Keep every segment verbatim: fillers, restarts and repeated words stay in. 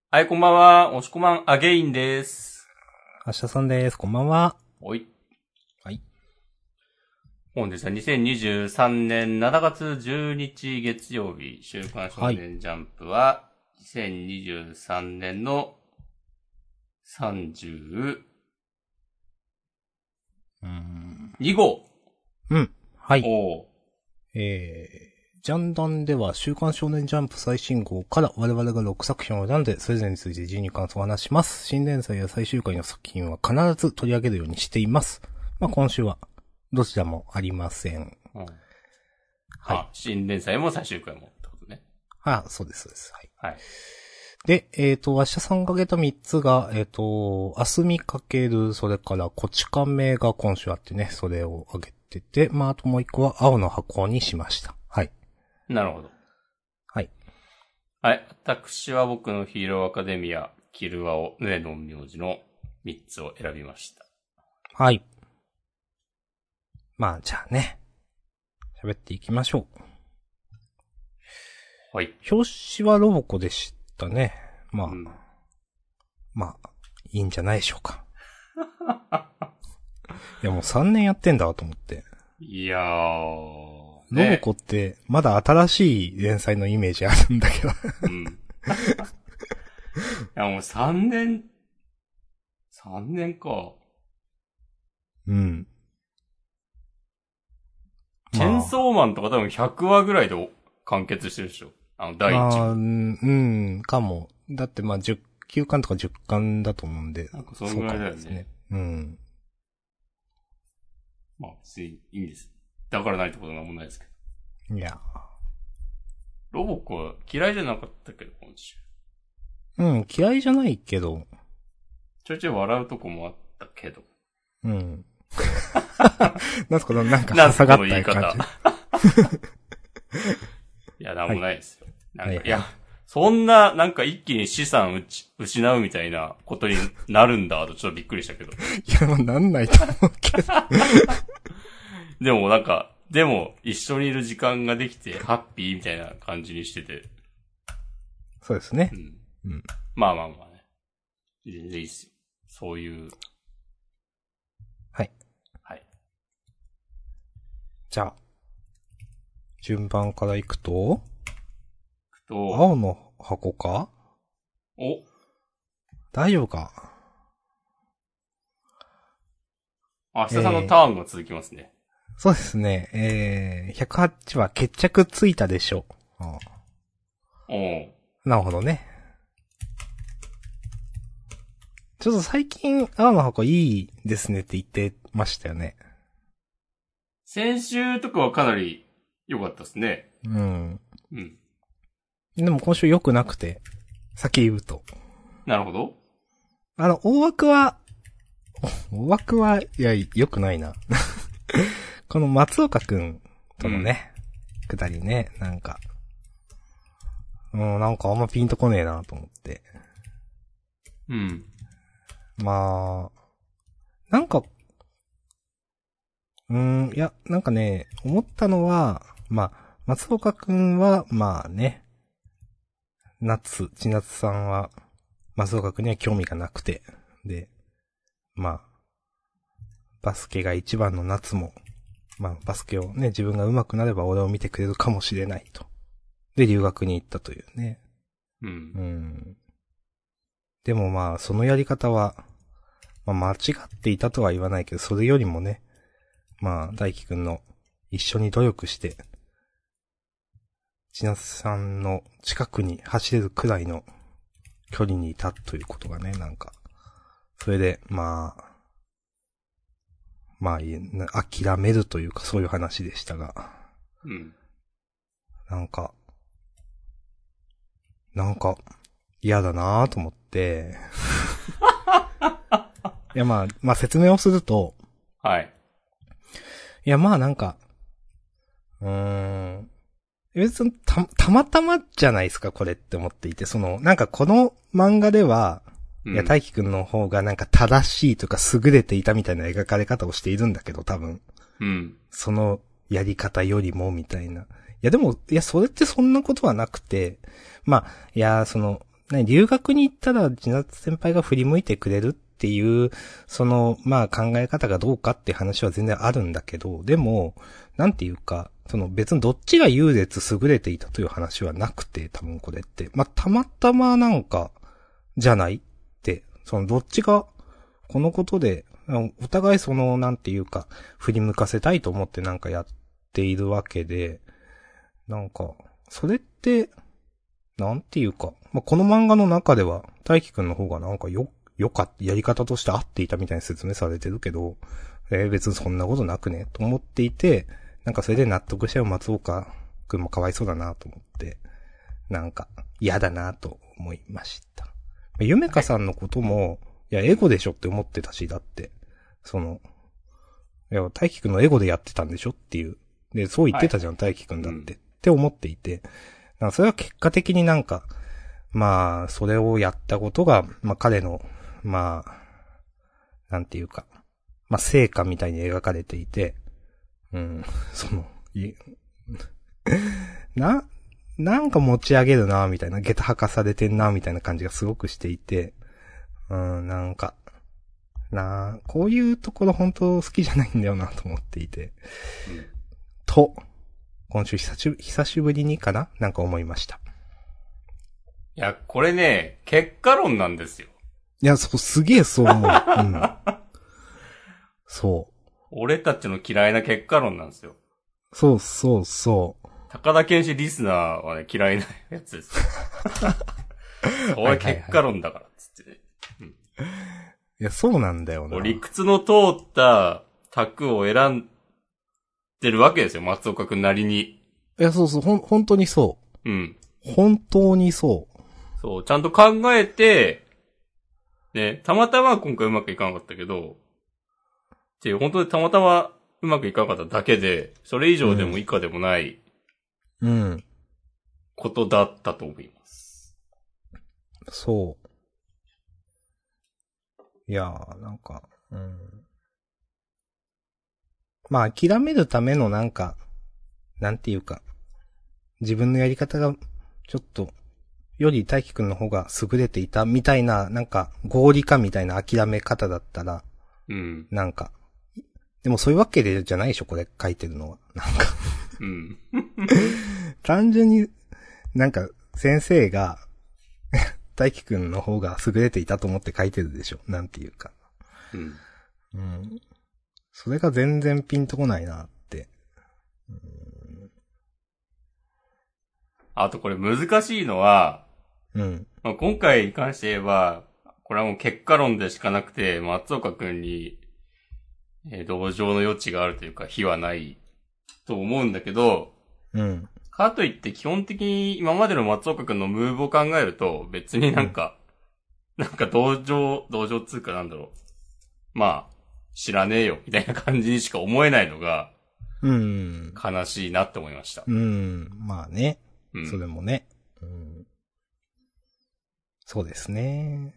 はい、こんばんは。押しこまんアゲインです。 明日さんです。こんばんは。 おい。 はい。 本日はにせんにじゅうさんねんしちがつじゅうににち月曜日、週刊少年ジャンプは、にせんにじゅうさんねんのさんじゅうーん。 うにごう。 うん。はい。 おー。 えー、ジャンダンでは週刊少年ジャンプ最新号から我々がろくさく品を選んで、それぞれについて自由に感想を話します。新連載や最終回の作品は必ず取り上げるようにしています。まあ、今週は、どちらもありません。 うん、 はい。 あ、新連載も最終回もってことね。 あ、そうです、そうです。はい。 はい。 で、えっ、ー、と、明日さんが挙げたみっつが、えっ、ー、と、あすみかける、それから、こち亀が今週あってね、それを挙げてて、まあ、あともう一個は青の箱にしました。はい。 なるほど。 はい。 はい。私は僕のヒーローアカデミア、キルワオ、ヌエノン名字のみっつを選びました。 はい。まあ、じゃあね。喋っていきましょう。はい。 表紙はロボコでしたね。まあ、うん、まあ、いいんじゃないでしょうか。いやもうさんねんやってんだと思って。 いやー。 ね、ロボコって、まだ新しい連載のイメージあるんだけど。 うん。いやもうさんねん、さんねんか。 うん。 チェンソーマンとか多分ひゃくわぐらいで完結してるでしょ。あの、だいいちわ。 うん、かも。だってまあじゅうきゅうかんとかじゅっかんだと思うんで。 なんかそのぐらいだよね。 ね。うん。 まあ、別にいいんです。だからないってことなんもないですけど。いや。 ロボコは嫌いじゃなかったけど、今週。 うん、嫌いじゃないけど。 ちょいちょい笑うとこもあったけど。 うん。なんすか、なんか、はさがった感じ。 いや、なんもないですよ。はい、なんか、 はい、 いや、そんな、なんか一気に資産うち、失うみたいなことになるんだとちょっとびっくりしたけど。いや、もうなんないと思うけど。 でもなんか、でも一緒にいる時間ができてハッピーみたいな感じにしてて。 そうですね。 うん。 うん、 まあまあまあね。全然いいっすよ。そういう。 はい。 はい。 じゃあ、順番からいくと、 と青の箱か？ お大丈夫か？ 明日さんのターンが続きますね。 えー、そうですね。えー、ひゃくはちは決着ついたでしょう。 おう。 なるほどね。ちょっと最近、青の箱いいですねって言ってましたよね。 先週とかはかなり良かったですね。 うん。 うん。 でも今週良くなくて、先言うと。 なるほど。 あの、大枠は、大枠は、いや、良くないな。この松岡くんとのね、くだりね、なんか、うん、なんかあんまピンとこねえなと思って。 うん。 まあ、なんか、うーん、いや、なんかね、思ったのは、まあ、松岡くんは、まあね、夏、千夏さんは、松岡くんには興味がなくて、で、まあ、バスケが一番の夏も、まあ、バスケをね、自分が上手くなれば俺を見てくれるかもしれないと。で、留学に行ったというね。 うん。 うん。でもまあ、そのやり方は、まあ間違っていたとは言わないけど、それよりもね、まあ、大輝くんの一緒に努力して、千夏さんの近くに走れるくらいの距離にいたということがね、なんか、それで、まあ、まあ、諦めるというかそういう話でしたが、 うん。 なんか、なんか、嫌だなぁと思って、いやまあ、まあ説明をすると、 はい。 いやまあなんか、うーん、別にた、たまたまじゃないですか、これって思っていて、その、なんかこの漫画では、うん、いや、大輝くんの方がなんか正しいとか優れていたみたいな描かれ方をしているんだけど、多分。 うん。 そのやり方よりも、みたいな。いや、でも、いや、それってそんなことはなくて、まあ、いや、その、 ね、留学に行ったら、千夏先輩が振り向いてくれるっていう、その、まあ考え方がどうかって話は全然あるんだけど、でも、なんていうか、その別にどっちが優劣優れていたという話はなくて、多分これって。まあ、たまたまなんか、じゃないって、そのどっちが、このことで、お互いその、なんていうか、振り向かせたいと思ってなんかやっているわけで、なんか、それって、なんていうか、まあ、この漫画の中では、大輝くんの方がなんかよ、よかった、やり方として合っていたみたいに説明されてるけど、えー、別にそんなことなくね、と思っていて、なんかそれで納得しちゃう松岡くんもかわいそうだなと思って、なんか嫌だなと思いました。ゆめかさんのことも、いや、エゴでしょって思ってたし、だって、その、いや、大輝くんのエゴでやってたんでしょっていう。で、そう言ってたじゃん、はい、大輝くんだって、うん、って思っていて、なんかそれは結果的になんか、まあ、それをやったことが、まあ彼の、まあ、なんていうか、まあ成果みたいに描かれていて、うん、その、い、な、なんか持ち上げるな、みたいな、下駄履かされてんな、みたいな感じがすごくしていて、うん、なんか、なこういうところ本当好きじゃないんだよな、と思っていて、うん、と、今週久しぶり、久しぶりにかななんか思いました。 いや、これね、結果論なんですよ。 いや、そう、すげえそう思う。うん。そう。 俺たちの嫌いな結果論なんですよ。 そうそうそう。 高田健志リスナーはね、嫌いなやつです。それ結果論だから、つってね。うん、いや、そうなんだよな。 理屈の通った卓を選んでるわけですよ、松岡くんなりに。いや、そうそう、ほん、本当にそう。 うん。 本当にそう。 そう、ちゃんと考えて、ね、たまたま今回うまくいかなかったけど、っていう、本当にたまたまうまくいかなかっただけで、それ以上でも以下でもない、 うん。 ことだったと思います。 うん、そう。いやー、なんか、うん。まあ、諦めるためのなんか、なんていうか、自分のやり方が、ちょっと、より大輝くんの方が優れていたみたいな、なんか、合理化みたいな諦め方だったら、 うん。 なんか、でもそういうわけでじゃないでしょ、これ書いてるのは。なんかうん。 単純に、なんか、先生が、大輝くんの方が優れていたと思って書いてるでしょ、なんていうか。 うん。 うん。それが全然ピンとこないなって。うん、 あとこれ難しいのは、 うん。 まあ、今回に関して言えば、これはもう結果論でしかなくて、松岡くんに、えー、同情の余地があるというか、非はないと思うんだけど、 うん。 かといって基本的に今までの松岡くんのムーブを考えると、別になんか、うん、なんか同情、同情つうかなんだろう。まあ、知らねえよ、みたいな感じにしか思えないのが、 うん。 悲しいなって思いました。 うん。まあね。 うん、 それもね。うん。そうですね。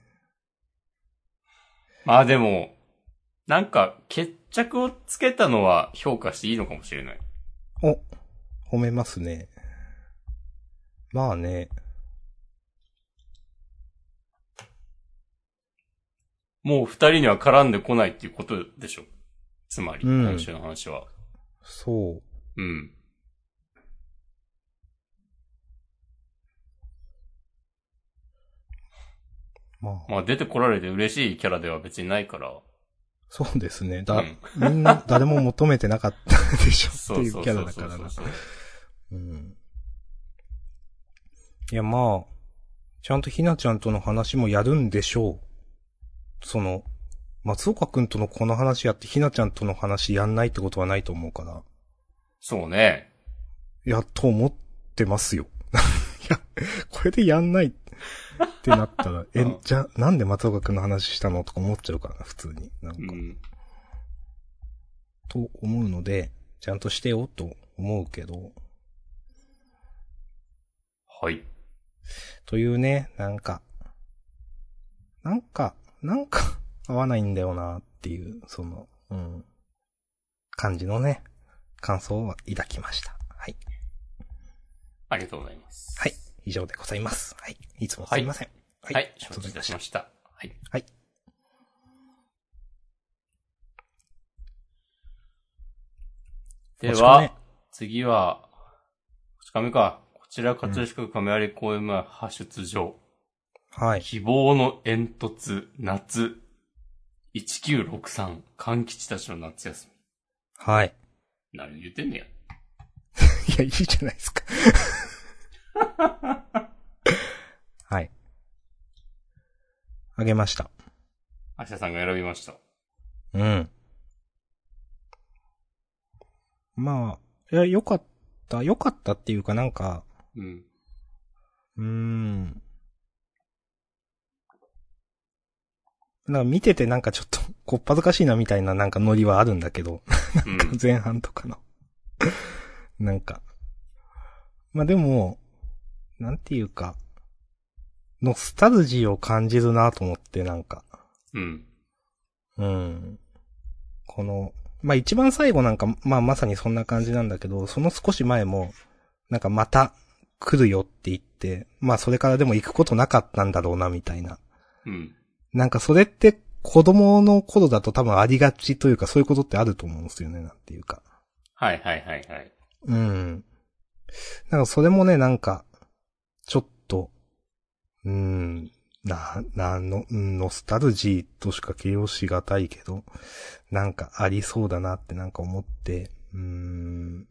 まあでも、なんか、決着をつけたのは評価していいのかもしれない。 お、褒めますね。まあね。 もう二人には絡んでこないっていうことでしょ。つまり、うん、今週の話は。 そう。 うん。まあ。まあ出てこられて嬉しいキャラでは別にないから。 そうですね。だ、うん、みんな誰も求めてなかったでしょっていうキャラだからな。うん。いやまあ、ちゃんとひなちゃんとの話もやるんでしょう。その、松岡くんとのこの話やってひなちゃんとの話やんないってことはないと思うから。 そうね。 いや、と思ってますよ。いや、これでやんないってなったら、え、うん、じゃ、なんで松岡くんの話したのとか思っちゃうからな、普通に。なんか。うん、と思うので、ちゃんとしてよと思うけど。 はい。 というね、なんか、なんか、なんか合わないんだよなっていう、その、うん、感じのね、感想を抱きました。はい。 ありがとうございます。 はい。以上でございます。はい。いつもすいません。はい、 はい。はい、承知いたしました。はい。 はい。 では、ね、次は、こち亀か。こちら葛飾区亀有公園前派出所。 はい。 希望の煙突、夏。いちきゅうろくさん、柑吉たちの夏休み。 はい。 何言ってんねや。 いや、いいじゃないですか。はい。あげました。 アシャさんが選びました。 うん。まあ、いや、よかった、よかったっていうかなんか、 うん。 うーん。なんか見ててなんかちょっと、こっぱずかしいなみたいななんかノリはあるんだけど、なんか前半とかの。なんか。まあでも、なんていうか、ノスタルジーを感じるなと思ってなんか。 うん。 うん。この、まあ一番最後なんか、まあまさにそんな感じなんだけど、その少し前も、なんかまた来るよって言って、まあそれからでも行くことなかったんだろうなみたいな。 うん。 なんかそれって子供の頃だと多分ありがちというかそういうことってあると思うんですよね、なんていうか。 はいはいはいはい。 うん。なんかそれもね、なんか、ちょっと、うーん、な、なの、ノスタルジーとしか形容しがたいけど、なんかありそうだなってなんか思って、うーん、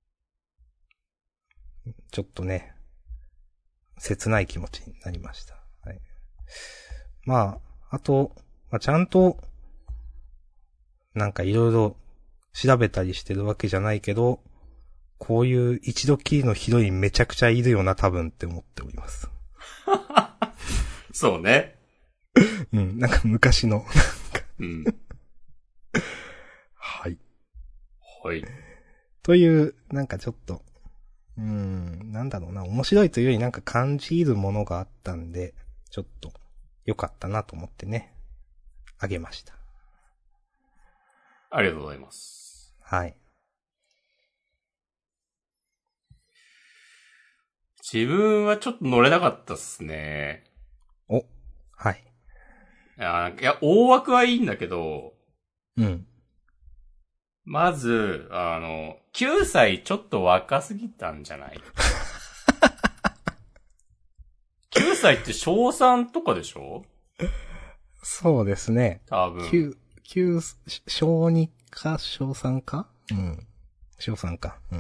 ちょっとね、切ない気持ちになりました。はい。まあ、あと、まあ、ちゃんと、なんかいろいろ調べたりしてるわけじゃないけど、こういう一度きりのヒロインめちゃくちゃいるよな多分って思っております。 そうね。 うん、なんか昔の、なんかうん。 はい。 はい。 という、なんかちょっと、うーん、なんだろうな、面白いというよりなんか感じるものがあったんで、ちょっと良かったなと思ってね、あげました。 ありがとうございます。 はい。 自分はちょっと乗れなかったっすね。 お、はい。 いや、いや大枠はいいんだけど、 うん。 まず、あの、きゅうさいちょっと若すぎたんじゃない ?きゅう 歳って小さんとかでしょ？ そうですね。 多分。 九、九、小にか小さんかうん。小さんか。うん。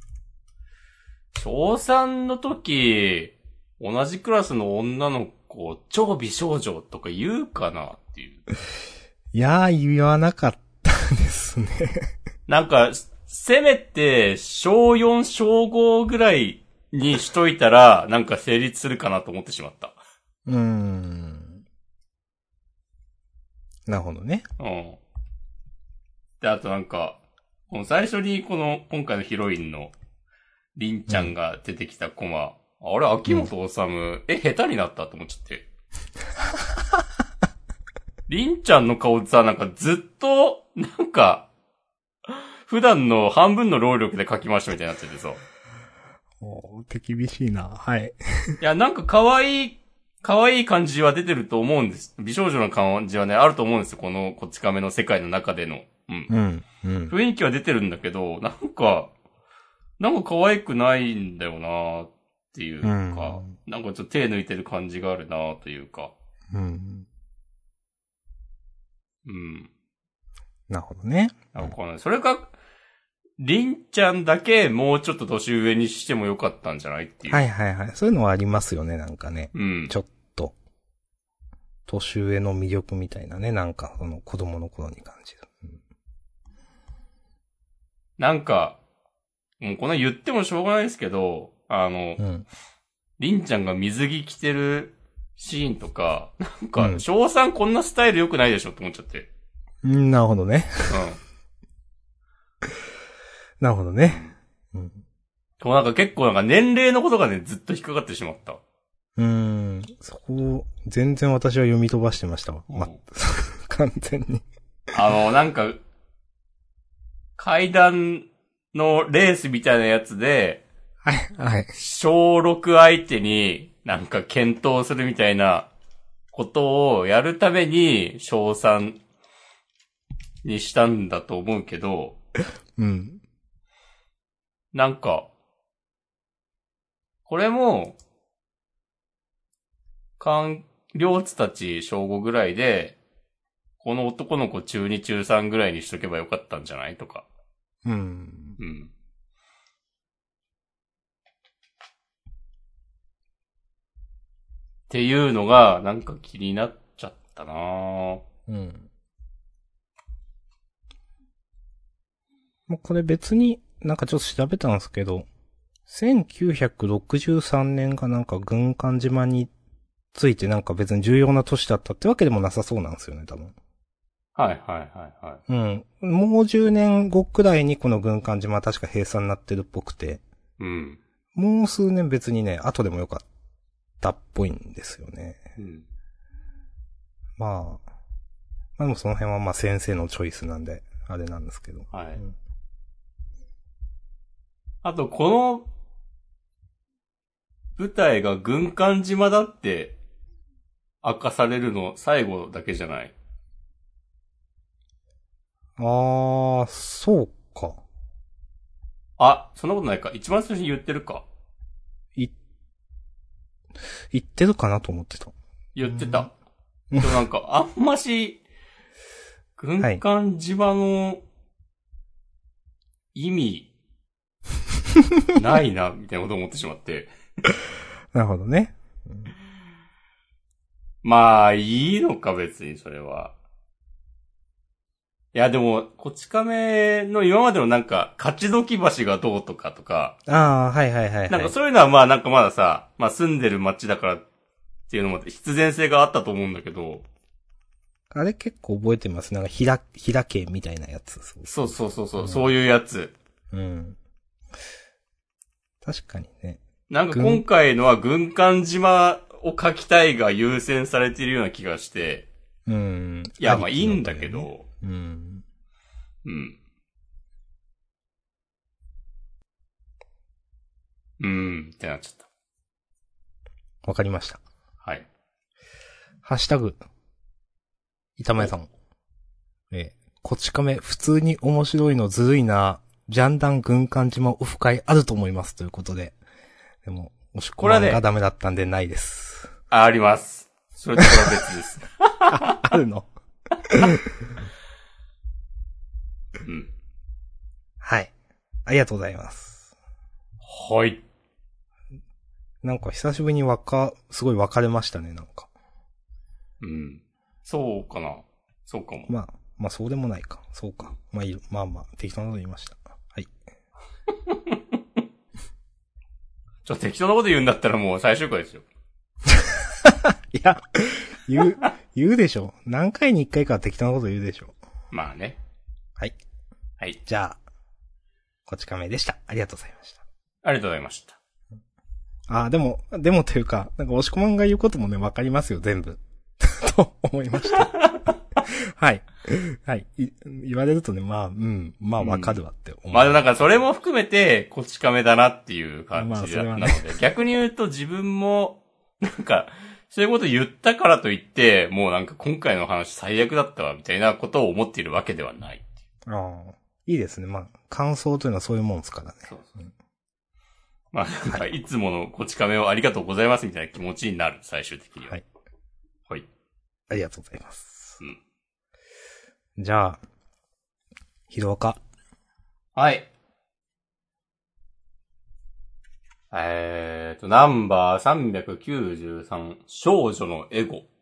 小さんの時、同じクラスの女の子、超美少女とか言うかなっていう。 いやー、言わなかったですね。 なんか、せめて、小よん、小ごぐらいにしといたら、なんか成立するかなと思ってしまった。 うーん。なるほどね。 うん。で、あとなんか、この最初にこの、今回のヒロインの、りんちゃんが出てきたコマ、うん、あれ、秋元治、うん、え、下手になったと思っちゃって。りんちゃんの顔さ、なんかずっと、なんか、普段の半分の労力で描きましたみたいになっててさ。 おー、手厳しいな。はい。 いや、なんか可愛い、可愛い感じは出てると思うんです。美少女の感じはね、あると思うんですよ。この、こっち亀の世界の中での。うん。 うん。うん。 雰囲気は出てるんだけど、なんか、なんか可愛くないんだよなっていうか、うん、なんかちょっと手抜いてる感じがあるなというか。 うん。 うん。 なるほどね。 なんかね、それが、りんちゃんだけもうちょっと年上にしてもよかったんじゃないっていう。 はいはいはい。そういうのはありますよね、なんかね。 うん。 ちょっと、年上の魅力みたいなね、なんか、その子供の頃に感じる。うん、 なんか、もうこんな言ってもしょうがないですけど、あの、うん、りんちゃんが水着着てるシーンとか、なんか、翔さんこんなスタイル良くないでしょって思っちゃって。 うん、なるほどね。 うん。 なるほどね。 うん。こうなんか結構なんか年齢のことがね、ずっと引っかかってしまった。 うーん。そこ、全然私は読み飛ばしてましたわ。うん、ま、完全に。 あの、なんか、階段のレースみたいなやつで、 はい、はい。 小ろく相手になんか検討するみたいなことをやるために小さんにしたんだと思うけど、 うん。 なんか、これも、官僚たち小ごぐらいで、この男の子中に中さんぐらいにしとけばよかったんじゃないとか。 うん。 うん。っていうのが、なんか気になっちゃったなぁ。 うん。もうこれ別になんかちょっと調べたんですけど、せんきゅうひゃくろくじゅうさんねんがなんか軍艦島についてなんか別に重要な都市だったってわけでもなさそうなんですよね、多分。 はいはいはいはい。 うん。もうじゅうねんごくらいにこの軍艦島は確か閉鎖になってるっぽくて、 うん。 もう数年別にね、後でもよかったっぽいんですよね。 うん。 まあ、まあでもその辺はまあ先生のチョイスなんで、あれなんですけど。 はい。 うん、 あと、この舞台が軍艦島だって明かされるの最後だけじゃない。 あー、そうか。 あ、そんなことないか。一番最初に言ってるか。 い、言ってるかなと思ってた。 言ってた。でもなんか、あんまし、軍艦島の意味、ないな、みたいなことを思ってしまって。 なるほどね。 まあ、いいのか、別に、それは。いや、でも、こち亀の今までのなんか、勝ち時橋がどうとかとか、 ああ、はいはいはいはい。 なんかそういうのはまあなんかまださ、まあ住んでる街だからっていうのも必然性があったと思うんだけど、 あれ結構覚えてます。なんか、ひら、ひらけみたいなやつ。 そうそうそうそう、 うん、 そういうやつ。 うん。確かにね。 なんか今回のは軍艦島を書きたいが優先されているような気がして、 うん。 いや、まあいいんだけど、ね、 うん。 うん。うん、ってなっちゃった。 わかりました。 はい。 ハッシュタグ、板前さん。えー、こち亀、普通に面白いのずるいな、ジャンダン軍艦島オフ会あると思いますということで。でも、押し込まんがダメだったんでないです。 ね、あ、あります。それとこれは別です。 あ, あるのうん。 はい。ありがとうございます。 はい。 なんか久しぶりにわか、すごい分かれましたね、なんか。 うん。そうかな。そうかも。 まあ、まあそうでもないか。そうか。まあいい、まあまあ、適当なこと言いました。はい。 ちょ、適当なこと言うんだったらもう最終回ですよ。 いや、言う、言うでしょ。何回に一回か適当なこと言うでしょ。 まあね。 はい。 はい。 じゃあ、こち亀でした。ありがとうございました。 ありがとうございました。 ああ、でも、でもというか、なんか押し込まんが言うこともね、わかりますよ、全部。と思いました。はい。はい。言われるとね、まあ、うん、まあわかるわって思う。 うん、まあなんかそれも含めて、こち亀だなっていう感じなので、まあね、逆に言うと自分も、なんか、そういうこと言ったからといって、もうなんか今回の話最悪だったわ、みたいなことを思っているわけではない。 ああ、いいですね。まあ、感想というのはそういうもんですからね。そうそう。うん、 まあなんか、いつものこち亀をありがとうございますみたいな気持ちになる、最終的には。はい。はい。 ありがとうございます。 うん。 じゃあ、ひどか。 はい。えーと、ナンバーさんびゃくきゅうじゅうさん、少女のエゴ。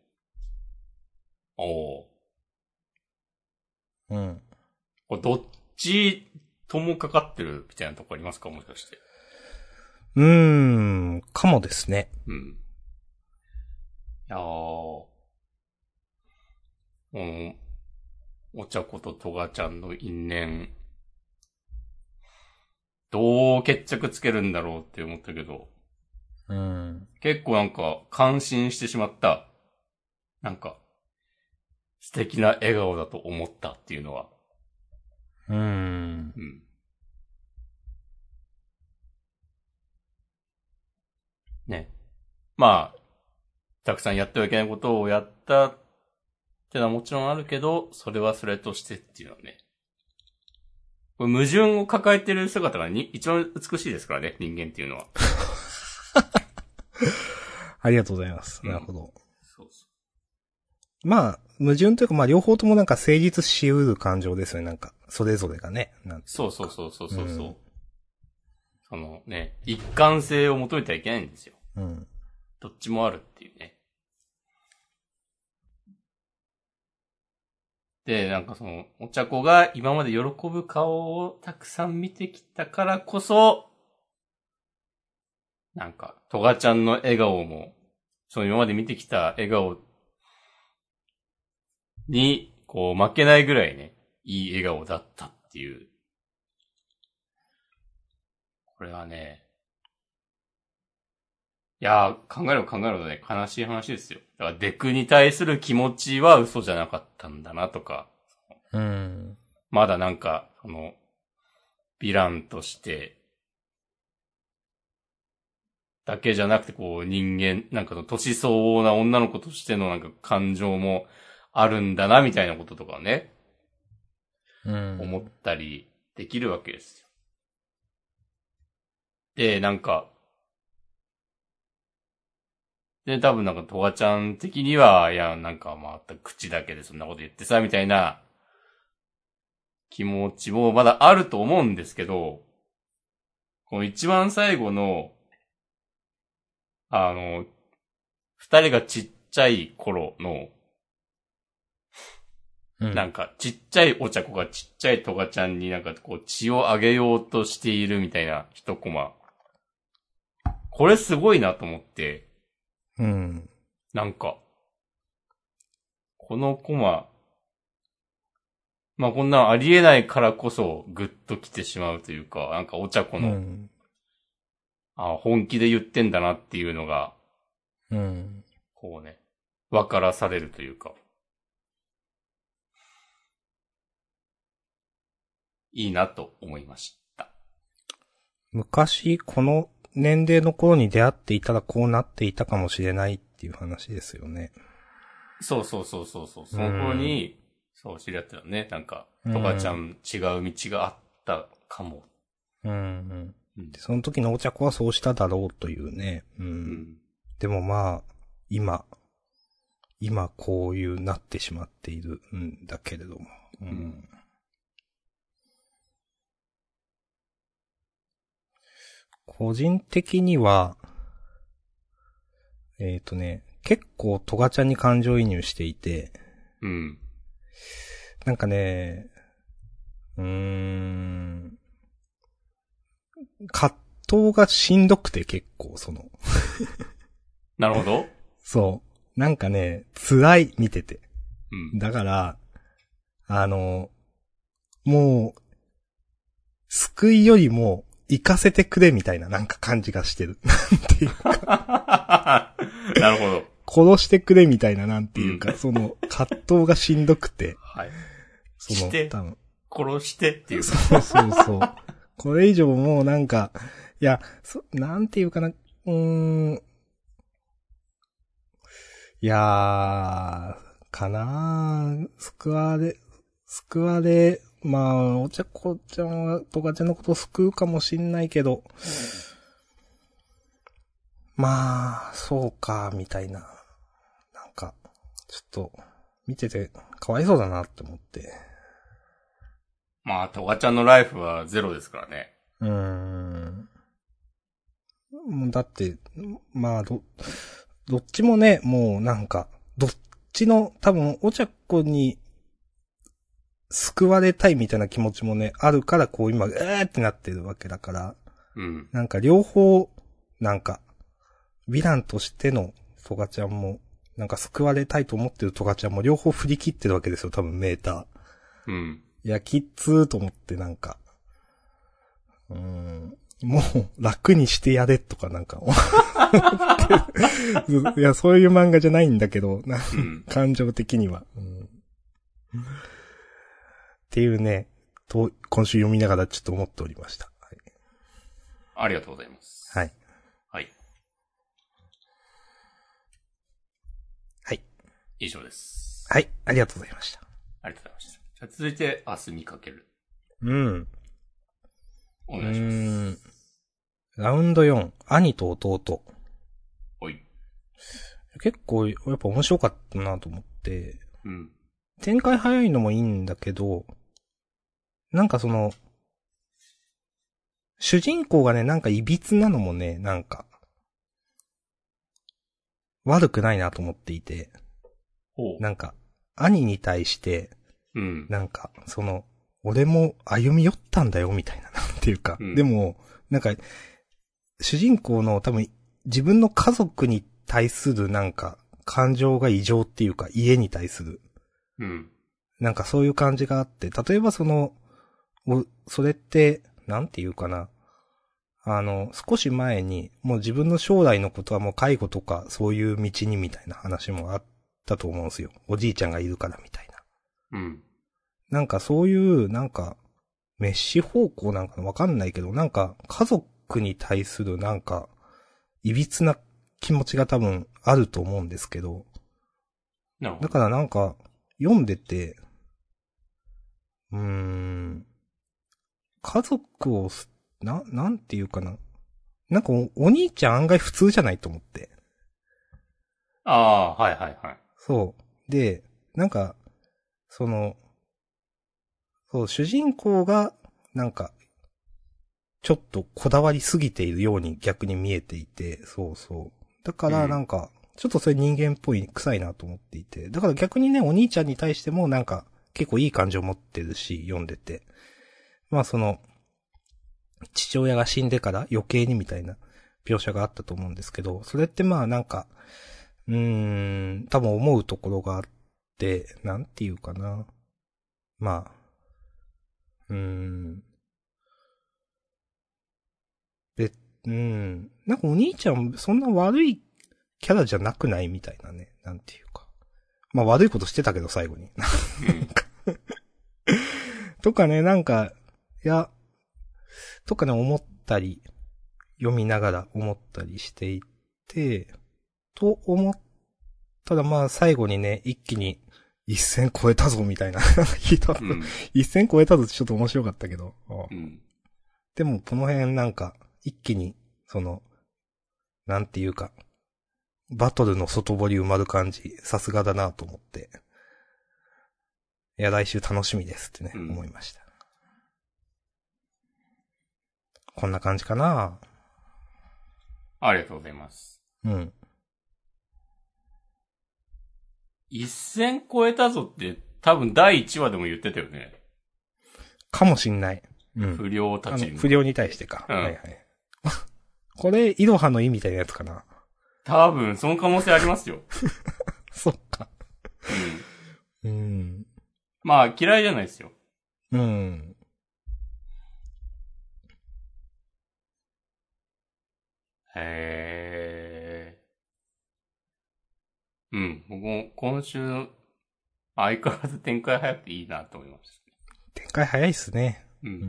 おー。 うん。 これどっちともかかってるみたいなとこありますか、もしかして。 うーん、かもですね。 うん。いやー。うん。お茶子とトガちゃんの因縁。どう決着つけるんだろうって思ったけど。 うん。 結構なんか感心してしまった。なんか、素敵な笑顔だと思ったっていうのは。 うーん。 うん。 ね。まあ、たくさんやってはいけないことをやったってのはもちろんあるけど、それはそれとしてっていうのはね。これ矛盾を抱えてる姿がに一番美しいですからね、人間っていうのは。 ありがとうございます。 うん、 なるほど。 そうそう。 まあ、矛盾というか、まあ、両方ともなんか成立し得る感情ですよね、なんか。それぞれがね。なんそうそうそうそうそう。うん、そのね、一貫性を求めてはいけないんですよ。 うん。 どっちもあるっていうね。で、なんかその、お茶子が今まで喜ぶ顔をたくさん見てきたからこそ、なんか、トガちゃんの笑顔も、その今まで見てきた笑顔に、こう負けないぐらいね、いい笑顔だったっていう。これはね、いやー、考えれば考えるほどね、悲しい話ですよ。だからデクに対する気持ちは嘘じゃなかったんだなとか。 うん。 まだなんか、その、ヴィランとして、だけじゃなくてこう人間、なんかの年相応な女の子としてのなんか感情もあるんだなみたいなこととかね。 うん。 思ったりできるわけですよ。で、なんか、で、多分なんかトガちゃん的には、いや、なんかまた口だけでそんなこと言ってさ、みたいな気持ちもまだあると思うんですけど、この一番最後の、あの、二人がちっちゃい頃の、うん、なんかちっちゃいお茶子がちっちゃいトガちゃんになんかこう血をあげようとしているみたいな一コマ。これすごいなと思って。 うん。 なんか、このコマ、まあこんなんありえないからこそグッと来てしまうというか、なんかお茶子の、うん、あ本気で言ってんだなっていうのが、 うん。 こうね、わからされるというか。いいなと思いました。 昔、この年齢の頃に出会っていたらこうなっていたかもしれないっていう話ですよね。 そうそうそうそうそう。その頃に、そう知り合ったよね。なんか、トガちゃん違う道があったかも。 うん、うんうん。で、その時のお茶子はそうしただろうというね。うん。うん、でもまあ、今、今こういうなってしまっているんだけれども。うん。うん、個人的には、えっとね、結構トガちゃんに感情移入していて、 うん。 なんかね、うーん、葛藤がしんどくて結構その。 なるほど。 そう。なんかね、辛い、見てて。 うん。 だから、あの、もう、救いよりも、行かせてくれみたいななんか感じがしてる。なんていうか。 なるほど。 殺してくれみたいななんていうか、うん、その葛藤がしんどくて。 はい。 その、多分。 殺してっていう。 そうそうそう。これ以上もうなんか、いや、そ、なんていうかな、うーん。いやー、かなー、救われ、救われ、まあ、お茶子ちゃんは、トガちゃんのことを救うかもしんないけど、うん、まあ、そうか、みたいな。なんか、ちょっと、見てて、かわいそうだなって思って。 まあ、トガちゃんのライフはゼロですからね。 うーん。もうだって、まあ、ど、どっちもね、もうなんか、どっちの、多分、お茶子に、救われたいみたいな気持ちもね、あるから、こう今、えーってなってるわけだから、 うん。 なんか両方、なんか、ヴィランとしてのトガちゃんも、なんか救われたいと思ってるトガちゃんも両方振り切ってるわけですよ、多分メーター。 うん。 いや、きっつーと思ってなんか、うーん、もう楽にしてやれとかなんかいや、そういう漫画じゃないんだけど、なうん、感情的には、うん。っていうね、と、今週読みながらちょっと思っておりました。はい、 ありがとうございます。 はい。 はい。 以上です。 はい、ありがとうございました。 ありがとうございました。じゃあ続いて、明日見かける。 うん。 お願いします。うーん。 ラウンドよん、兄と弟。 おい。 結構、やっぱ面白かったなと思って。 うん。 展開早いのもいいんだけど、なんかその、主人公がね、なんか歪なのもね、なんか、悪くないなと思っていて。 ほう。 なんか、兄に対して、 うん。 なんか、その、俺も歩み寄ったんだよ、みたいな、なんていうか。 うん、 でも、なんか、主人公の多分、自分の家族に対するなんか、感情が異常っていうか、家に対する。 うん。 なんかそういう感じがあって、例えばその、それって、なんていうかな。あの、少し前に、もう自分の将来のことはもう介護とか、そういう道にみたいな話もあったと思うんですよ。おじいちゃんがいるからみたいな。うん。 なんかそういう、なんか、メッシ方向なんかわかんないけど、なんか、家族に対するなんか、歪な気持ちが多分あると思うんですけど、 なるほど。 だからなんか、読んでて、うーん、家族をす、な、なんていうかな。なんかお、お兄ちゃん案外普通じゃないと思って。 ああ、はいはいはい。 そう。で、なんか、その、そう、主人公が、なんか、ちょっとこだわりすぎているように逆に見えていて、そうそう。だからなんか、ちょっとそれ人間っぽい臭いなと思っていて。だから逆にね、お兄ちゃんに対してもなんか、結構いい感情を持ってるし、読んでて。まあその、父親が死んでから余計にみたいな描写があったと思うんですけど、それってまあなんか、うーん、多分思うところがあって、なんていうかな。まあ、うーん。べ、うん。なんかお兄ちゃん、そんな悪いキャラじゃなくないみたいなね。なんていうか。まあ悪いことしてたけど最後に。とかね、なんか、いや、とかね、思ったり、読みながら思ったりしていて、と思ったらまあ最後にね、一気に一線超えたぞみたいな。ひどく、うん、一線超えたぞってちょっと面白かったけど。うん、でもこの辺なんか、一気に、その、なんていうか、バトルの外堀埋まる感じ、さすがだなと思って。いや、来週楽しみですってね、うん、思いました。こんな感じかな。 ありがとうございます。 うん。 一線超えたぞって多分だいいちわでも言ってたよね。 かもしんない。うん。 不良たちに。 不良に対してか。うん、はいはい。これ、イロハの意みたいなやつかな。 多分、その可能性ありますよ。 そっか。 うん。 うん。 まあ、嫌いじゃないですよ。 うん。 へー。うん。僕も今週、相変わらず展開早くていいなと思いました。 展開早いっすね。 うん。うん、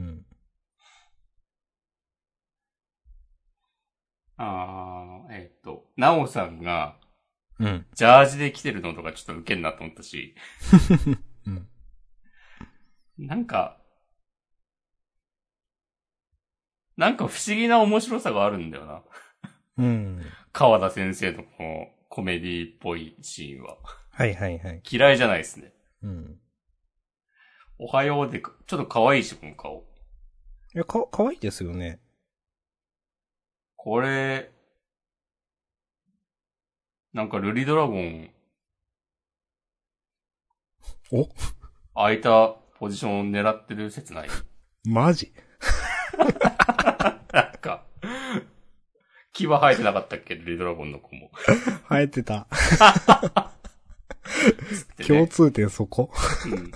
あー、えっと、ナオさんが、 うん。 ジャージで来てるのとかちょっとウケんなと思ったし。 うん。 なんか、なんか不思議な面白さがあるんだよな。 うん。 川田先生のこのコメディっぽいシーンは。 はいはいはい。 嫌いじゃないですね。 うん。 おはようで、ちょっと可愛いし、この顔。 いや、か、可愛いですよね。 これ、なんかルリドラゴン。 お空いたポジションを狙ってる説ない？ マジなんか、牙生えてなかったっけルリドラゴンの子も。 生えてた。ね、共通点そこ、 うん、い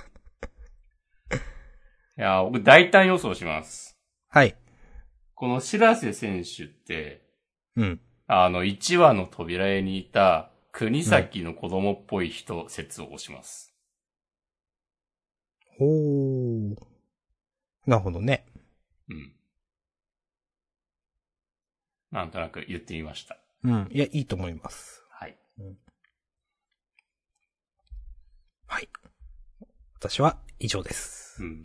や、僕大胆予想します。 はい。 この白瀬選手って、 うん。 あの、いちわの扉絵にいた、国崎の子供っぽい人説を押します。 ほー。なるほどね。 うん。なんとなく言ってみました。 うん。いや、いいと思います。 はい。 うん、 私は以上です。 うん。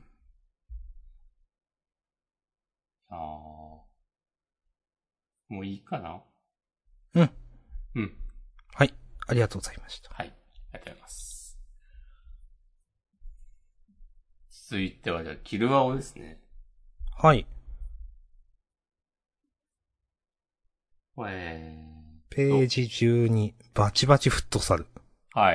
ああ。もういいかな？ うん。 うん。 はい。ありがとうございました。 はい。ありがとうございます。続いてはじゃあ、キルアオですね。 はい。 えーと。 ページじゅうに、バチバチフットサル。 はい。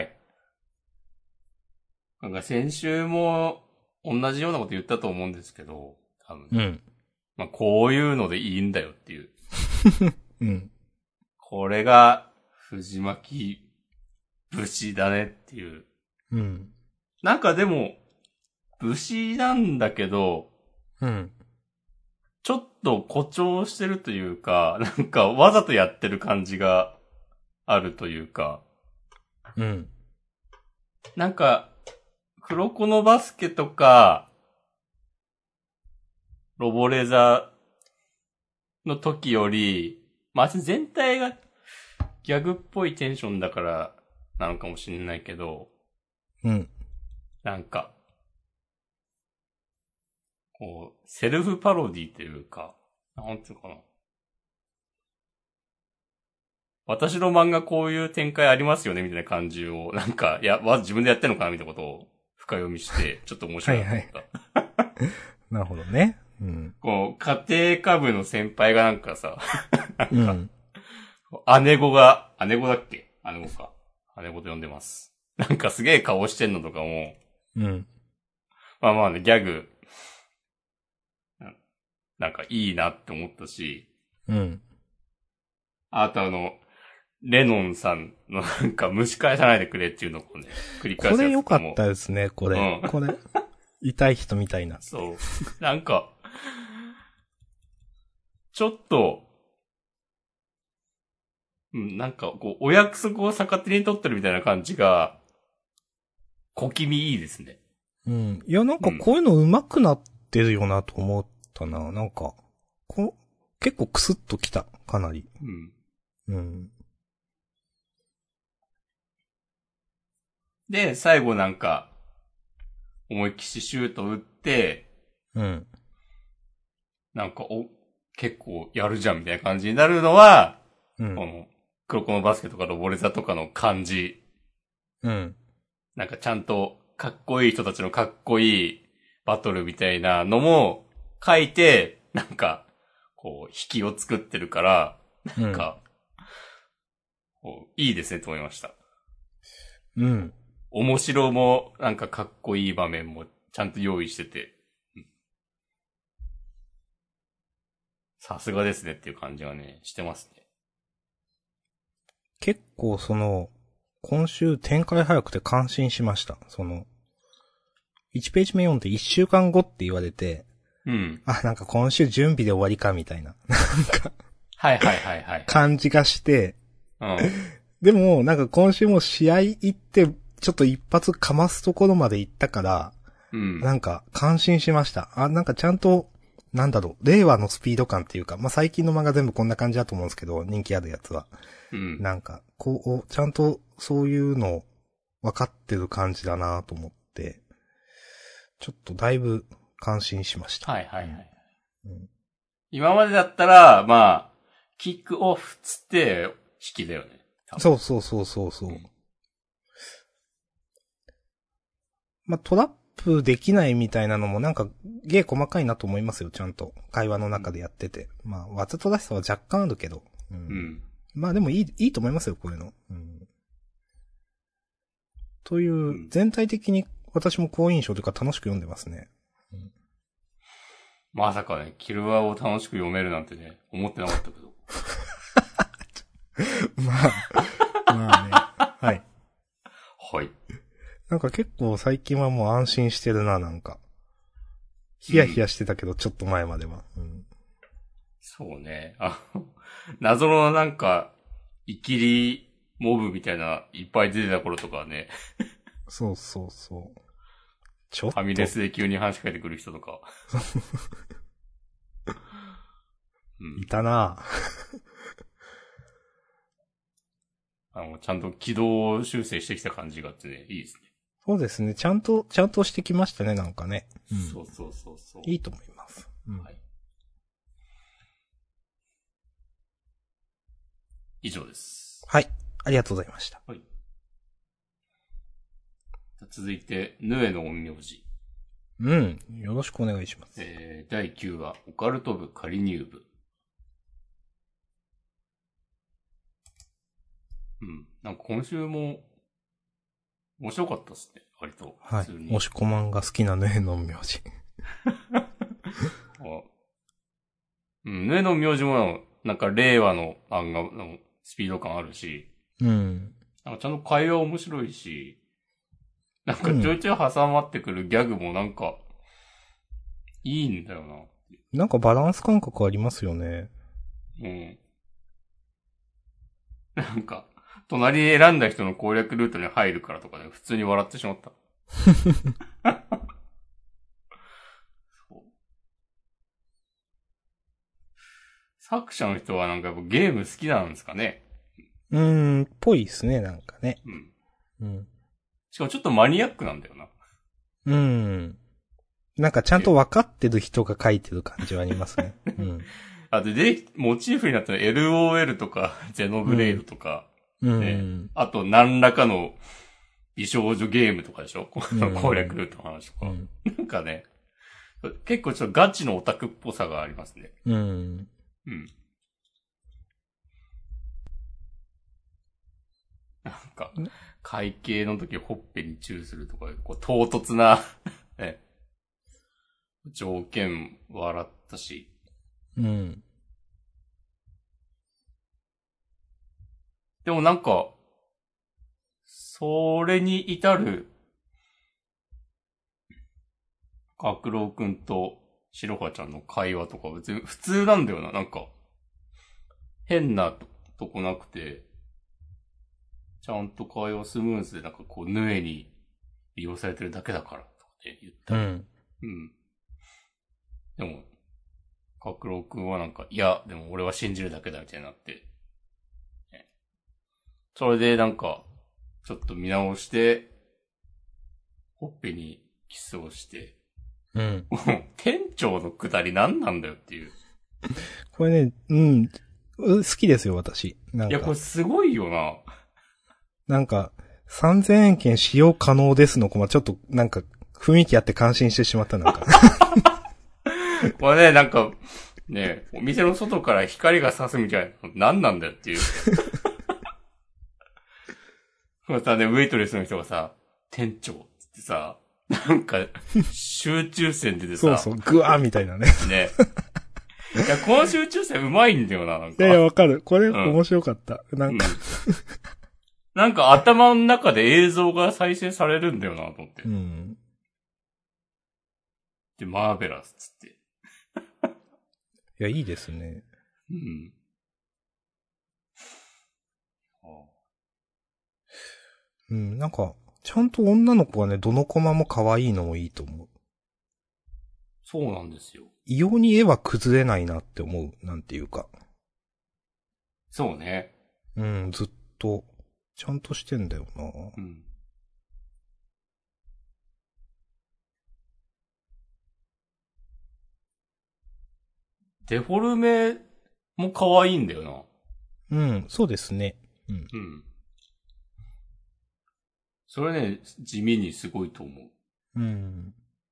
なんか先週も同じようなこと言ったと思うんですけど、多分。 うん。 まあ、こういうのでいいんだよっていう。 うん。 これが、藤巻武士だねっていう。 うん。 なんかでも、武士なんだけど、 うん。 ちょっと誇張してるというか、なんかわざとやってる感じがあるというか、 うん。 なんか、黒子のバスケとか、ロボレザの時より、まあ、全体がギャグっぽいテンションだからなのかもしれないけど、 うん。 なんか、こう、セルフパロディというか、なんていうのかな。私の漫画こういう展開ありますよねみたいな感じを、なんか、いや、わ自分でやってんのかなみたいなことを深読みして、ちょっと面白いなと思った。はいはい、 なるほどね。うん。 こう、家庭科部の先輩がなんかさ、なんか、 うん、 姉子が、姉子だっけ姉子か。姉子と呼んでます。なんかすげえ顔してんのとかも、 うん。 まあまあね、ギャグ、なんかいいなって思ったし、 うん。 あとあの、レノンさんのなんか蒸し返さないでくれっていうのをね、繰り返こすやれ良かっつとかも。 たですね、これ。 うん。 これ。痛い人みたいな。 そう。なんか、ちょっと、うん、なんかこう、お約束を逆手に取ってるみたいな感じが、小気味いいですね。 うん。いや、なんうん。 かこういうの上手くなってるよなと思ったな。なんか、こ結構クスッときた。かなり。 うん。 うん。 で、最後なんか、思いっきしシュート打って、 うん。 なんか、お、結構やるじゃんみたいな感じになるのは、 うん。 この、黒子のバスケとかロボレザとかの感じ。 うん。 なんかちゃんと、かっこいい人たちのかっこいいバトルみたいなのも書いて、なんか、こう、引きを作ってるから、なんか、こういいですねと思いました。 うん。 面白も、なんかかっこいい場面もちゃんと用意してて、さすがですねっていう感じがね、してますね。 結構その、今週展開早くて感心しました。その、いちページ目読んでいっしゅうかんごって言われて、 うん。 あ、なんか今週準備で終わりかみたいな、なんか、 はいはいはいはい。 感じがして、 うん。 でも、なんか今週も試合行って、ちょっと一発かますところまで行ったから、 うん。 なんか感心しました。あ、なんかちゃんと、なんだろう、令和のスピード感っていうか、まあ、最近の漫画全部こんな感じだと思うんですけど、人気あるやつは。 うん。 なんか、こう、ちゃんとそういうの分かってる感じだなと思って、ちょっとだいぶ感心しました。 はいはいはい。 うん、 今までだったら、まあ、キックオフつって引きだよね。 そうそうそうそうそう。うん、まあ、トラップできないみたいなのもなんか、芸細かいなと思いますよ、ちゃんと。会話の中でやってて。うん、まあ、わざとらしさは若干あるけど。うん。うん、まあでもいい、いいと思いますよ、こういうの。うん。という、全体的に私も好印象というか楽しく読んでますね。うん、 まさかね、キルアを楽しく読めるなんてね、思ってなかったけど。 まあ、まあね。はい。 はい。 なんか結構最近はもう安心してるな、なんか。ヒヤヒヤしてたけど、ちょっと前までは。うん、 そうね。あ謎のなんか、イキリモブみたいないっぱい出てた頃とかはね。 そうそうそう。ちょっと。 ファミレスで急に話しかけてくる人とか。 うん、いたなあの、ちゃんと軌道修正してきた感じがあってね、いいですね。 そうですね。ちゃんと、ちゃんとしてきましたね、なんかね。うん、 そうそうそうそう。 いいと思います。うん、 はい。以上です。 はい。ありがとうございました。 はい。続いて、ヌエの陰陽師。 うん。よろしくお願いします。 えー、だいきゅうわ、オカルト部仮入部。うん。なんか今週も、面白かったっすね。割と。 はい。 普通に。 押し込まんが好きなヌエの名字。 あうん。ヌエの名字も、なんか令和の漫画のスピード感あるし、 うん。 なんかちゃんと会話面白いし、なんかちょいちょい挟まってくるギャグもなんか、いいんだよな。 なんかバランス感覚ありますよね。 うん。なんか、隣に選んだ人の攻略ルートに入るからとかね、普通に笑ってしまった。そう作者の人はなんかやっぱゲーム好きなんですかね。 うーん、ぽいですね、なんかね。 うん。 うん。 しかもちょっとマニアックなんだよな。 うん。なんかちゃんと分かってる人が書いてる感じはありますね。うん。 あ、で、で、モチーフになったの エルオーエル とか、ゼノブレイドとか、 うん。 ね、 うん、 あと何らかの美少女ゲームとかでしょ、この攻略ルートの話とか、 うん。 なんかね、結構ちょっとガチのオタクっぽさがありますね。 うん。 うん。なんか、会計の時ほっぺにチューするとか、こう唐突な、ね、条件笑ったし。 うん。 でもなんか、それに至る、角郎くんと白羽ちゃんの会話とか別に普通なんだよな。なんか、変なととこなくて、ちゃんと会話スムーズでなんかこう、ヌエに利用されてるだけだから、とかって言ったり。 うん。 うん。でも、角郎くんはなんか、いや、でも俺は信じるだけだみたいになって。ね、それでなんか、ちょっと見直して、ほっぺにキスをして、 うん。 店長のくだり何なんだよっていう。 これね、うん。好きですよ、私。なんか。 いや、これすごいよな。 なんか、さんぜんえん券使用可能ですのコマ、ちょっと、なんか、雰囲気あって感心してしまった、なんか。 これね、なんか、ね、お店の外から光が差すみたいな。何なんだよっていう。またね、ウェイトレスの人がさ、店長ってさ、なんか、集中線でてさ。 そうそう、グワーみたいなね。 ね。いや、この集中線うまいんだよな、なんか。 いやいや、わかる。これ、面白かった。うん、なんか、うん、 なんか頭の中で映像が再生されるんだよな、と思って。 うん。 で、マーベラスつって。 いや、いいですね。 うん。 うん、なんか、ちゃんと女の子がね、どのコマも可愛いのもいいと思う。 そうなんですよ。 異様に絵は崩れないなって思う、なんていうか。 そうね。 うん、ずっと、ちゃんとしてんだよな。 うん。デフォルメも可愛いんだよな。 うん、そうですね。うん。 うん。それね、地味にすごいと思う。 うん。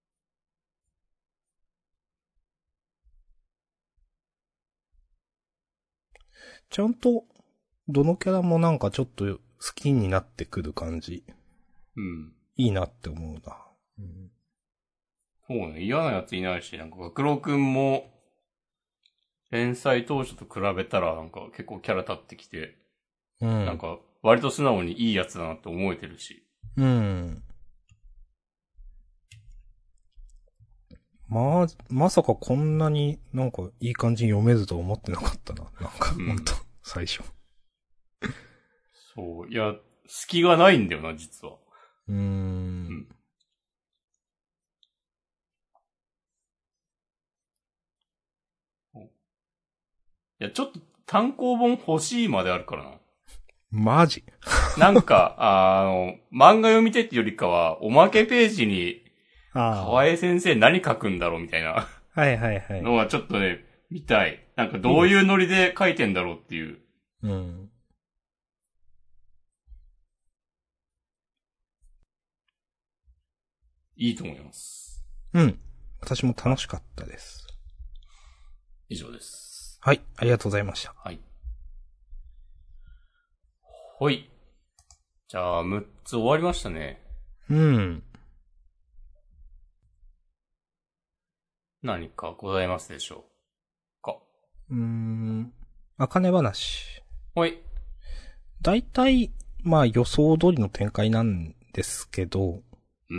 ちゃんと、どのキャラもなんかちょっと好きになってくる感じ。 うん。 いいなって思うな。うん、 そうね、嫌なやついないし、なんか、学郎くんも、連載当初と比べたら、なんか結構キャラ立ってきて、 うん。 なんか、割と素直にいいやつだなって思えてるし。 うん。まあ、まさかこんなになんかいい感じに読めると思ってなかったな。なんか、 うん、 ほんと、最初。 そう。いや、隙がないんだよな、実は。 うーん。うん、 いや、ちょっと単行本欲しいまであるからな。 マジなんか、あの、漫画読みてってよりかは、おまけページに、 ああ。 河合先生何書くんだろうみたいなはいはいはい。 のはちょっとね、見たい。なんかどういうノリで書いてんだろうっていう。 うん。 いいと思います。 うん。私も楽しかったです。 以上です。 はい、ありがとうございました。 はい。ほい。じゃあ、むっつ終わりましたね。 うん。 何かございますでしょうか。 うーん。あかね話。 ほい。 だいたい、まあ予想通りの展開なんですけど、 うん。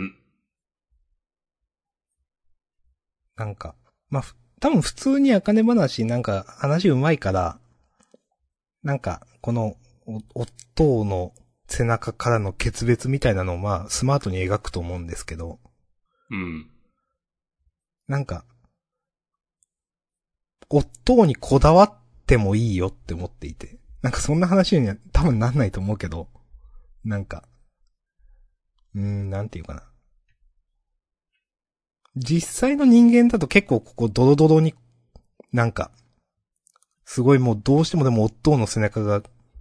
なんか、まあ、多分普通にあかね話なんか話うまいから、なんか、この、夫の背中からの決別みたいなのをまあ、スマートに描くと思うんですけど、 うん。 なんか、夫にこだわってもいいよって思っていて、なんかそんな話には多分なんないと思うけど、なんか、うーん、なんていうかな。実際の人間だと結構ここドロドロに、なんか、すごいもうどうしてもでも夫の背中が、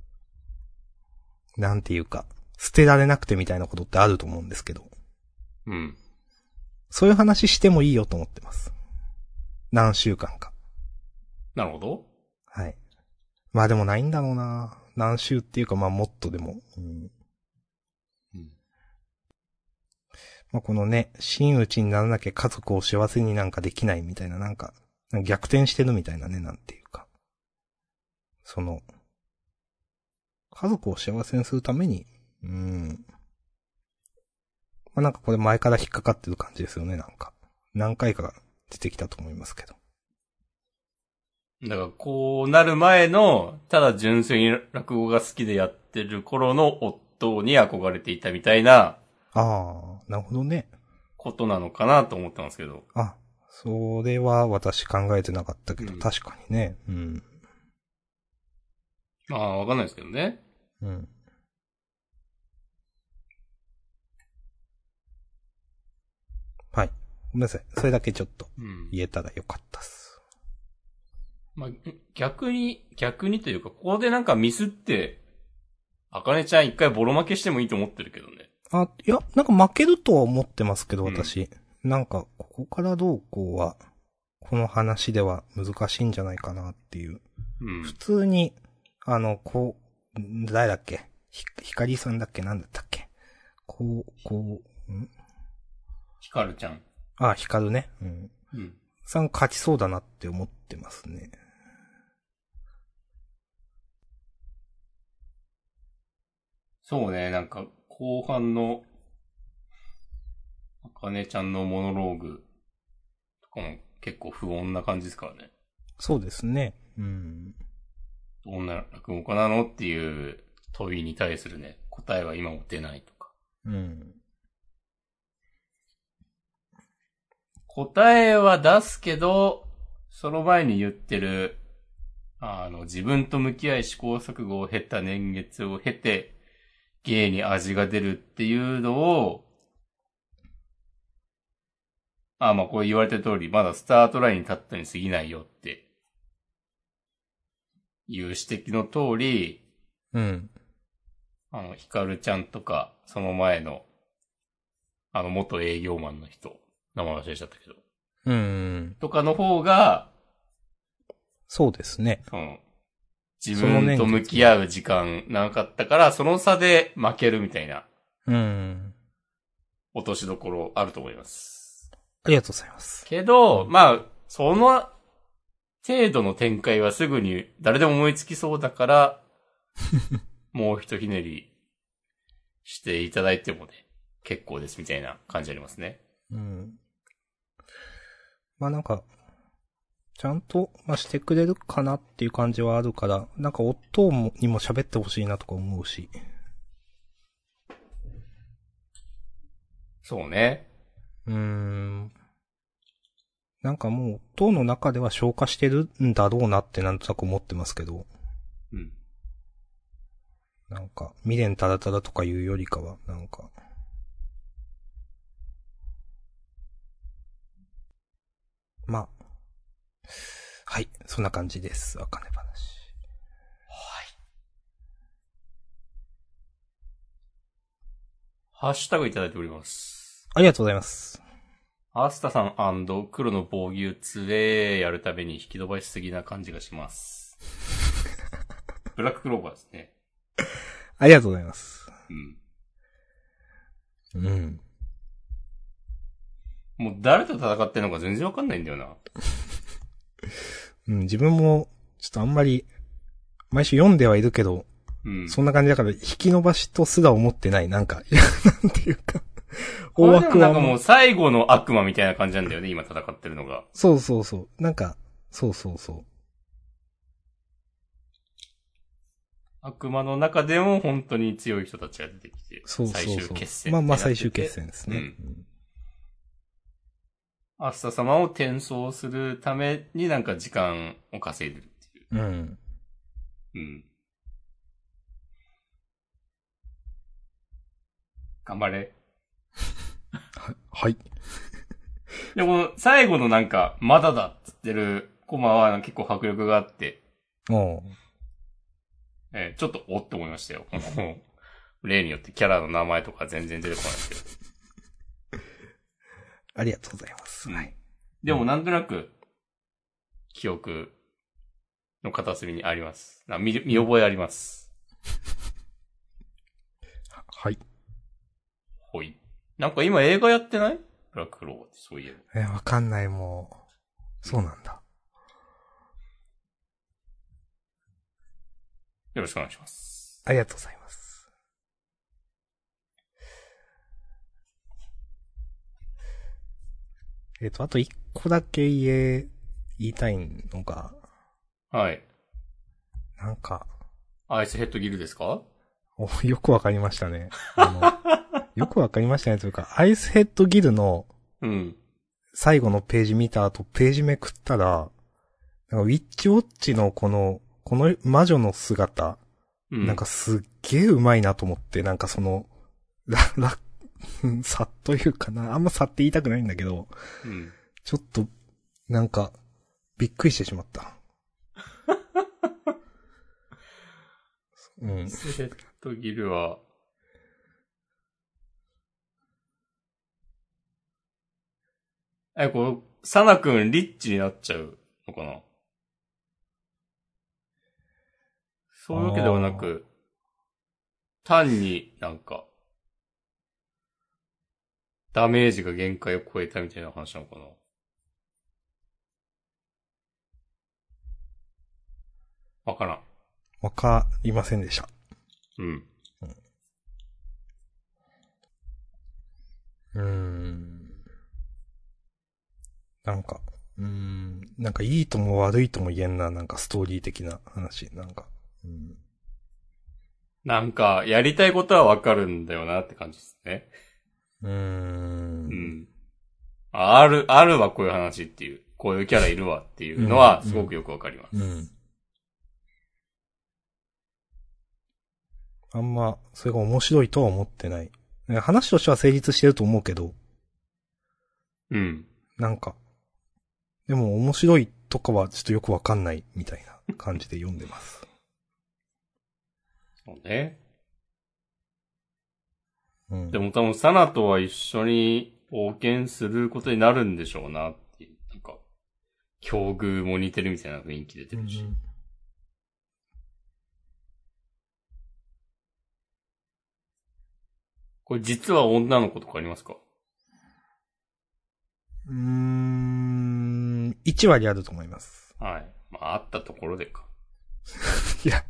なんていうか、捨てられなくてみたいなことってあると思うんですけど。 うん。 そういう話してもいいよと思ってます。何週間か。 なるほど。 はい。まあでもないんだろうな。何週っていうかまあもっとでも。うん。 うん。 まあこのね、真打ちにならなきゃ家族を幸せになんかできないみたいななんか、なんか逆転してるみたいなね、なんていうか。その、家族を幸せにするために、うん。まあなんかこれ前から引っかかってる感じですよね、なんか。何回か出てきたと思いますけど。 だから、こうなる前の、ただ純粋に落語が好きでやってる頃の夫に憧れていたみたいなああ、なるほどね。 ことなのかなと思ってますけど。 あ、それは私考えてなかったけど、 うん確かにね。うん。 まあ、わかんないですけどね。 うん。はい。ごめんなさい。それだけちょっとうん。 言えたらよかったっす。 まあ、逆に、逆にというか、ここでなんかミスって、あかねちゃん一回ボロ負けしてもいいと思ってるけどね。 あ、いや、なんか負けるとは思ってますけど、 うん私。なんか、ここからどうこうは、この話では難しいんじゃないかなっていう。 うん。 普通に、あの、こう、ん誰だっけひ、ひかりさんだっけなんだったっけこう、こう、んひかるちゃん。 あ、ひかるね。うん。 うん。 さん勝ちそうだなって思ってますね。 そうね、なんか、後半の、あかねちゃんのモノローグとかも結構不穏な感じですからね。 そうですね。うん。 どんな落語家なのっていう問いに対するね、答えは今も出ないとか。 うん。 答えは出すけど、その前に言ってる、あの、自分と向き合い試行錯誤を経た年月を経て、芸に味が出るっていうのを、あ、まあこれ言われた通り、まだスタートラインに立ったに過ぎないよっていう指摘の通り、 うん。 あの、ヒカルちゃんとか、その前の、あの、元営業マンの人、名前忘れちゃったけど、 うん。 とかの方が、 そうですね。 その、自分と向き合う時間なかったから、その差で負けるみたいな、 うん。 落としどころあると思います。 ありがとうございます。 けど、まあ、その程度の展開はすぐに誰でも思いつきそうだから、もうひとひねりしていただいてもね、結構ですみたいな感じありますね。 うん。まあなんか、ちゃんと、まあ、してくれるかなっていう感じはあるから、なんか夫もにも喋ってほしいなとか思うし。 そうね。 うーん。なんかもう、党の中では消化してるんだろうなってなんとなく思ってますけど。 うん。 なんか、未練ただただとかいうよりかは、なんか。まあ。はい。そんな感じです。あかね話。 はい。ハッシュタグいただいております。 ありがとうございます。 アスタさん&黒の防御ツレやるために引き伸ばしすぎな感じがします。ブラッククローバーですね。 ありがとうございます。 うん。 うん。 もう誰と戦ってるのか全然わかんないんだよな。 うん、自分も、ちょっとあんまり、毎週読んではいるけど、 うん。 そんな感じだから、引き伸ばしとすら思ってない。なんか、いや、なんていうか。 大枠は。なんかもう最後の悪魔みたいな感じなんだよね、今戦ってるのが。 そうそうそう。なんか、そうそうそう。 悪魔の中でも本当に強い人たちが出てきて、 そうそうそう最終決戦。 まあまあ最終決戦ですね。うん。 アスタ様を転送するためになんか時間を稼いでるっていう。 うん。 うん。頑張れ。 は、はい。 で、この最後のなんか、まだだっつってるコマは結構迫力があって、 おう。 えー、ちょっとおって思いましたよ。例によってキャラの名前とか全然出てこないけど。 ありがとうございます。 うん、 はい。 でもなんとなく、記憶の片隅にあります。見、見覚えあります。 はい。 ほい。なんか今映画やってない？ブラッククローバーってそういえば。 え、わかんないもう。そうなんだ。 よろしくお願いします。 ありがとうございます。えっと、あと一個だけ言え、言いたいのが。 はい。 なんか。 アイスヘッドギルですか？ お、よくわかりましたね。あの、よくわかりましたねというか、アイスヘッドギルの、 うん。 最後のページ見た後、ページめくったら、なんかウィッチウォッチのこの、この魔女の姿、うん、なんかすっげえ上手いなと思って、なんかその、ら、ら、差というかな、あんま差って言いたくないんだけど、 うん、 ちょっと、なんか、びっくりしてしまった。うん。 スヘッドギルは、え、こう、サナ君リッチになっちゃうのかな？そういうわけではなく、単になんか、ダメージが限界を超えたみたいな話なのかな？わからん。 わかりませんでした。 うん。 うーん。なんか、うーん。なんかいいとも悪いとも言えんな、なんかストーリー的な話、なんか。うん、 なんか、やりたいことはわかるんだよなって感じですね。 うーん。うん。 ある、あるわ、こういう話っていう。こういうキャラいるわっていうのは、すごくよくわかります。 うん。うんあんま、それが面白いとは思ってない。話としては成立してると思うけど。 うん。 なんか。でも面白いとかはちょっとよくわかんないみたいな感じで読んでます。 そうね。 うん。 でも多分サナとは一緒に冒険することになるんでしょうなっていう。なんか、境遇も似てるみたいな雰囲気出てるし。うんこれ実は女の子とかありますか？ うーん、いち割あると思います。 はい。まあ、あったところでか。 いや。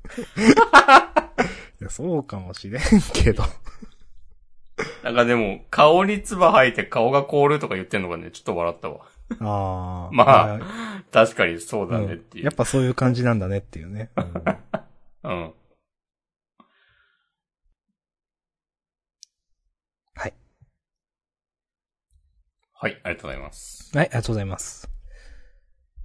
いや、そうかもしれんけど。 なんかでも、顔に唾吐いて顔が凍るとか言ってんのがね、ちょっと笑ったわ。 ああ。 まあ、確かにそうだねっていう、 うん。やっぱそういう感じなんだねっていうね。 うん。うんはい。 はい、ありがとうございます。 はい、ありがとうございます。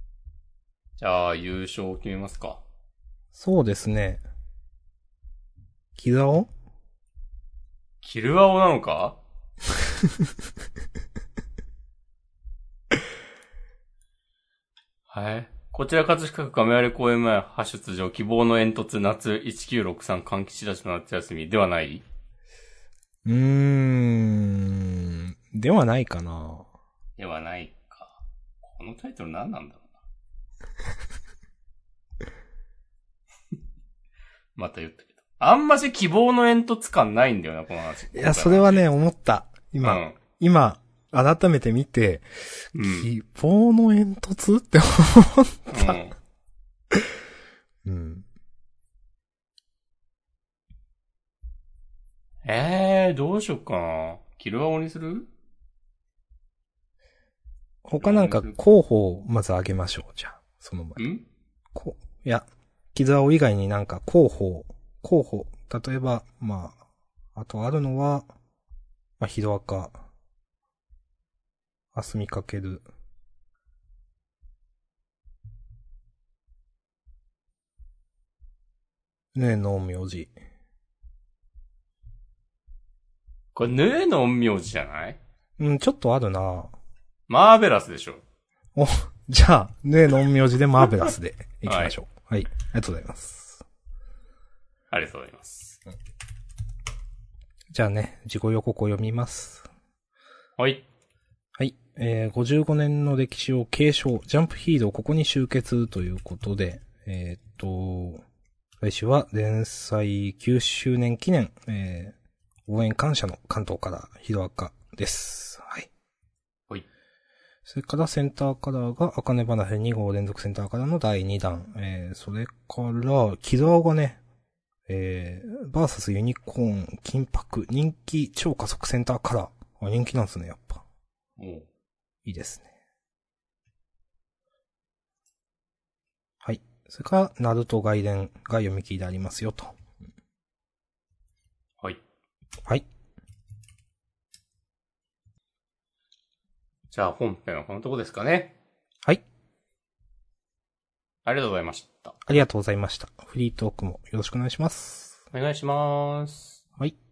じゃあ、優勝を決めますか。 そうですね。 キルアオ？ キルアオなのかはい。こちら葛飾区亀有公園前派出所希望の煙突夏いちきゅうろくさん換気しだしの夏休みではない？ うーん。ではないかな。 ではないか。このタイトル何なんだろうな。また言ったけど。あんまし希望の煙突感ないんだよな、この話。 いや、それはね、思った。今、うん、今、改めて見て、うん、希望の煙突って思った。うん。うん、 えー、どうしよっかな。キルアオにする？ 他なんか候補をまず挙げましょう、じゃあ。その前。 んこいや、キルアオ以外になんか候補、候補、例えば、まあ、あとあるのは、まあ、ヒロアカ、アスミかける。ねえの陰陽師。 これ、ねえの陰陽師じゃない？ うん、ちょっとあるな。 マーベラスでしょ。 お、じゃあ、ねえの陰陽師でマーベラスでいきましょう。はい、はい。ありがとうございます。 ありがとうございます。うん、 じゃあね、自己予告を読みます。 はい。 はい。えー、ごじゅうごねんの歴史を継承、ジャンプヒーローここに集結ということで、えー、っと、来週は連載きゅうしゅうねん記念、えー、応援感謝の関東からヒロアカです。はい。 はい。 それからセンターカラーが、あかね話に号連続センターカラーのだいにだん。えー、それから、キルアオがね、えー、バーサスユニコーン、金箔、人気超加速センターカラー。あ、人気なんですね、やっぱ。 おう。 いいですね。はい。それから、ナルト外伝が読み切りでありますよと。 はい。 はい。 じゃあ本編はこのとこですかね。 はい。 ありがとうございました。 ありがとうございました。フリートークもよろしくお願いします。 お願いします。 はい。